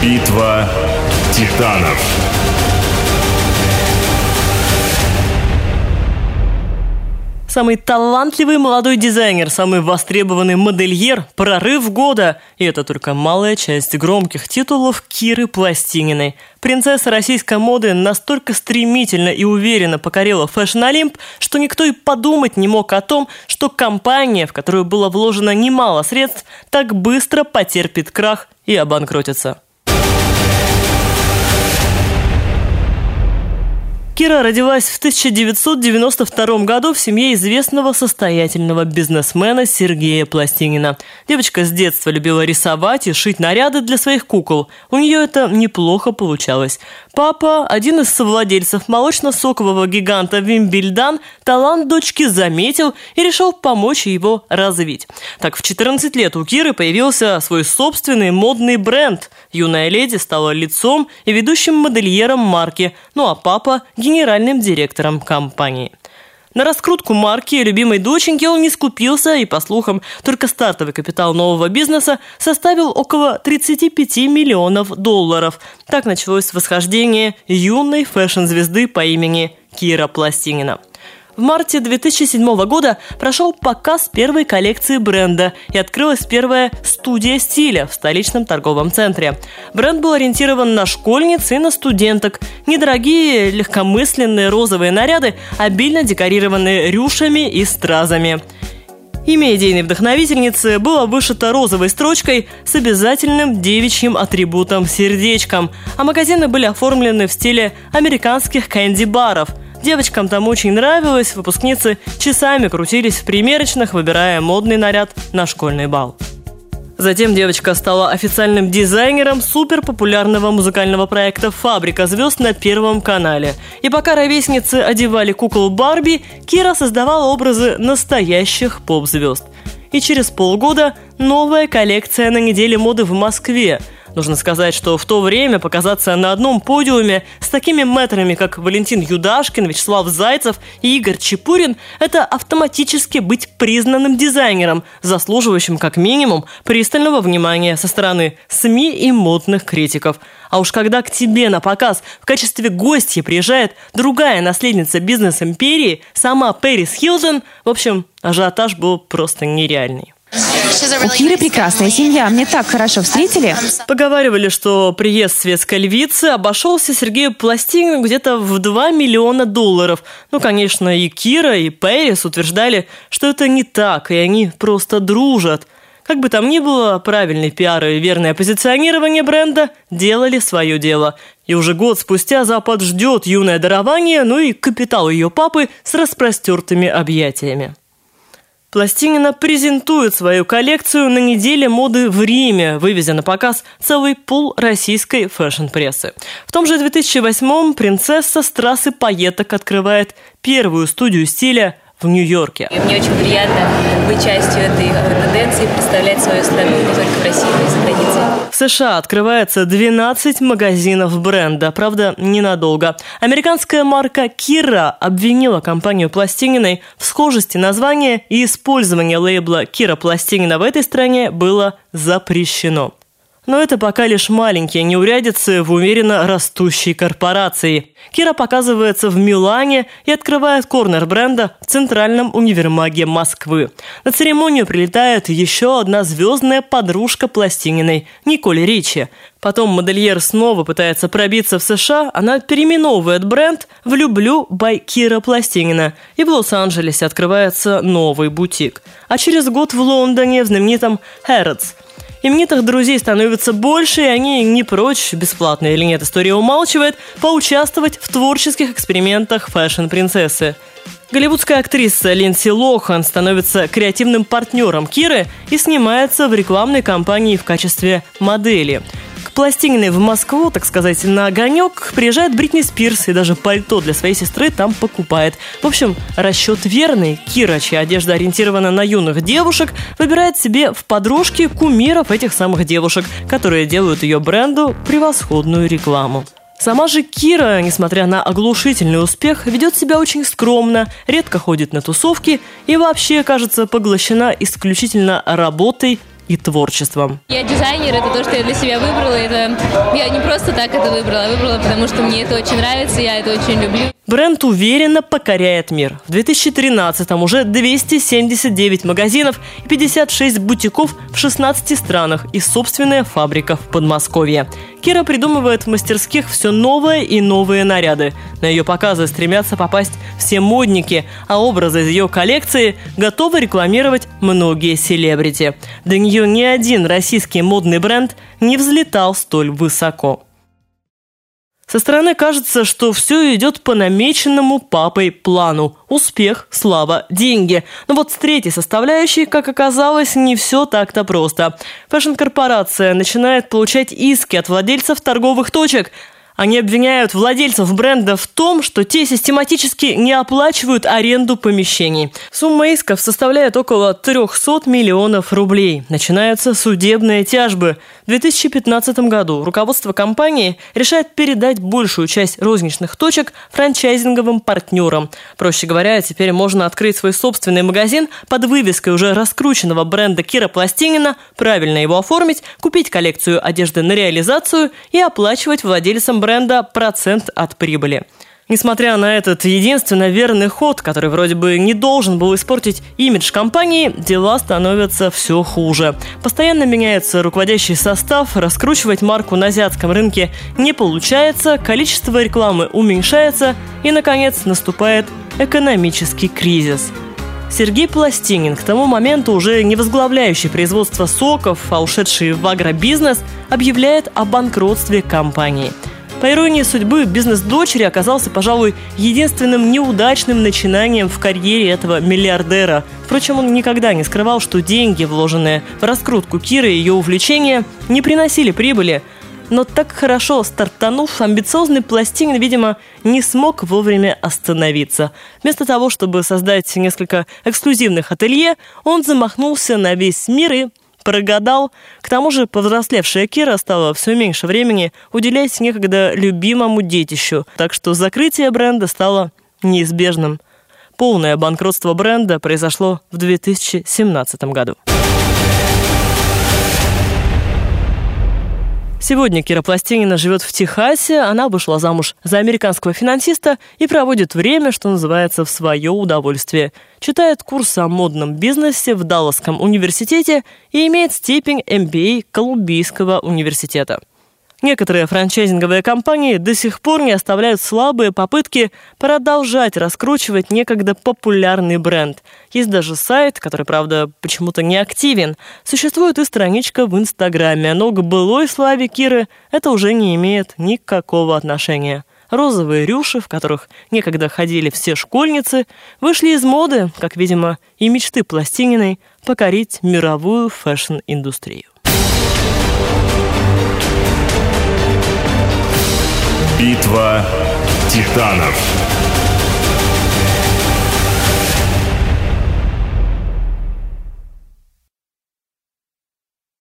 Битва титанов. Самый талантливый молодой дизайнер, самый востребованный модельер, прорыв года. И это только малая часть громких титулов Киры Пластининой. Принцесса российской моды настолько стремительно и уверенно покорила фэшн-олимп, что никто и подумать не мог о том, что компания, в которую было вложено немало средств, так быстро потерпит крах и обанкротится. Кира родилась в 1992 году в семье известного состоятельного бизнесмена Сергея Пластинина. Девочка с детства любила рисовать и шить наряды для своих кукол. У нее это неплохо получалось. Папа, один из совладельцев молочно-сокового гиганта Вимбельдан, талант дочки заметил и решил помочь его развить. Так, в 14 лет у Киры появился свой собственный модный бренд. Юная леди стала лицом и ведущим модельером марки, ну а папа – генеральным директором компании. На раскрутку марки любимой доченьки он не скупился, и, по слухам, только стартовый капитал нового бизнеса составил около 35 миллионов долларов. Так началось восхождение юной фэшн-звезды по имени Кира Пластинина. В марте 2007 года прошел показ первой коллекции бренда и открылась первая студия стиля в столичном торговом центре. Бренд был ориентирован на школьниц и на студенток. Недорогие, легкомысленные розовые наряды, обильно декорированные рюшами и стразами. Имя идейной вдохновительницы было вышито розовой строчкой с обязательным девичьим атрибутом сердечком, а магазины были оформлены в стиле американских кэнди-баров. Девочкам там очень нравилось, выпускницы часами крутились в примерочных, выбирая модный наряд на школьный бал. Затем девочка стала официальным дизайнером суперпопулярного музыкального проекта «Фабрика звезд» на Первом канале. И пока ровесницы одевали кукол Барби, Кира создавала образы настоящих поп-звезд. И через полгода новая коллекция на неделе моды в Москве. Нужно сказать, что в то время показаться на одном подиуме с такими мэтрами, как Валентин Юдашкин, Вячеслав Зайцев и Игорь Чепурин, это автоматически быть признанным дизайнером, заслуживающим как минимум пристального внимания со стороны СМИ и модных критиков. А уж когда к тебе на показ в качестве гостья приезжает другая наследница бизнес-империи, сама Пэрис Хилтон, в общем, ажиотаж был просто нереальный. У Киры прекрасная семья, мне так хорошо встретили. Поговаривали, что приезд светской львицы обошелся Сергею Пластинину где-то в 2 миллиона долларов. Ну, конечно, и Кира, и Пэрис утверждали, что это не так, и они просто дружат. Как бы там ни было, правильный пиар и верное позиционирование бренда делали свое дело. И уже год спустя Запад ждет юное дарование, ну и капитал ее папы с распростертыми объятиями. Пластинина презентует свою коллекцию на неделе моды в Риме, вывезя на показ целый пул российской фэшн-прессы. В том же 2008-м принцесса с трассы пайеток открывает первую студию стиля в Нью-Йорке. И мне очень приятно быть частью этой тенденции, представлять свою страну не только в России, но и за границей. В США открывается 12 магазинов бренда, правда, ненадолго. Американская марка Кира обвинила компанию Пластининой в схожести названия, и использование лейбла Кира Пластинина в этой стране было запрещено. Но это пока лишь маленькие неурядицы в уверенно растущей корпорации. Кира показывается в Милане и открывает корнер бренда в Центральном универмаге Москвы. На церемонию прилетает еще одна звездная подружка Пластининой – Николь Ричи. Потом модельер снова пытается пробиться в США, она переименовывает бренд в «Люблю by Кира Пластинина». И в Лос-Анджелесе открывается новый бутик. А через год в Лондоне в знаменитом Harrods. Именитых друзей становится больше, и они не прочь, бесплатно или нет, история умалчивает, поучаствовать в творческих экспериментах фэшн-принцессы. Голливудская актриса Линдси Лохан становится креативным партнером Киры и снимается в рекламной кампании в качестве модели. К Пластининой в Москву, так сказать, на огонек приезжает Бритни Спирс и даже пальто для своей сестры там покупает. В общем, расчет верный. Кира, чья одежда ориентирована на юных девушек, выбирает себе в подружки кумиров этих самых девушек, которые делают ее бренду превосходную рекламу. Сама же Кира, несмотря на оглушительный успех, ведет себя очень скромно, редко ходит на тусовки и вообще, кажется, поглощена исключительно работой и творчеством. Я дизайнер, это то, что я для себя выбрала. Я не просто так это выбрала, потому что мне это очень нравится, я это очень люблю. Бренд уверенно покоряет мир. В 2013-м уже 279 магазинов и 56 бутиков в 16 странах и собственная фабрика в Подмосковье. Кира придумывает в мастерских все новые и новые наряды. На ее показы стремятся попасть все модники, а образы из ее коллекции готовы рекламировать многие селебрити. До нее ни один российский модный бренд не взлетал столь высоко. Со стороны кажется, что все идет по намеченному папой плану. Успех, слава, деньги. Но вот с третьей составляющей, как оказалось, не все так-то просто. Фэшн-корпорация начинает получать иски от владельцев торговых точек. Они обвиняют владельцев бренда в том, что те систематически не оплачивают аренду помещений. Сумма исков составляет около 300 миллионов рублей. Начинаются судебные тяжбы. В 2015 году руководство компании решает передать большую часть розничных точек франчайзинговым партнерам. Проще говоря, теперь можно открыть свой собственный магазин под вывеской уже раскрученного бренда Кира Пластинина, правильно его оформить, купить коллекцию одежды на реализацию и оплачивать владельцам бренда процент от прибыли. Несмотря на этот единственно верный ход, который вроде бы не должен был испортить имидж компании, дела становятся все хуже. Постоянно меняется руководящий состав, раскручивать марку на азиатском рынке не получается, количество рекламы уменьшается и, наконец, наступает экономический кризис. Сергей Пластинин, к тому моменту уже не возглавляющий производство соков, а ушедший в агробизнес, объявляет о банкротстве компании. По иронии судьбы, бизнес дочери оказался, пожалуй, единственным неудачным начинанием в карьере этого миллиардера. Впрочем, он никогда не скрывал, что деньги, вложенные в раскрутку Киры и ее увлечения, не приносили прибыли. Но так хорошо стартанув, амбициозный Пластинин, видимо, не смог вовремя остановиться. Вместо того, чтобы создать несколько эксклюзивных ателье, он замахнулся на весь мир и прогадал. К тому же повзрослевшая Кира стала все меньше времени уделять некогда любимому детищу, так что закрытие бренда стало неизбежным. Полное банкротство бренда произошло в 2017 году. Сегодня Кира Пластинина живет в Техасе, она вышла замуж за американского финансиста и проводит время, что называется, в свое удовольствие. Читает курсы о модном бизнесе в Далласском университете и имеет степень MBA Колумбийского университета. Некоторые франчайзинговые компании до сих пор не оставляют слабые попытки продолжать раскручивать некогда популярный бренд. Есть даже сайт, который, правда, почему-то не активен. Существует и страничка в Инстаграме, но к былой славе Киры это уже не имеет никакого отношения. Розовые рюши, в которых некогда ходили все школьницы, вышли из моды, как, видимо, и мечты Пластининой покорить мировую фэшн-индустрию. Битва титанов.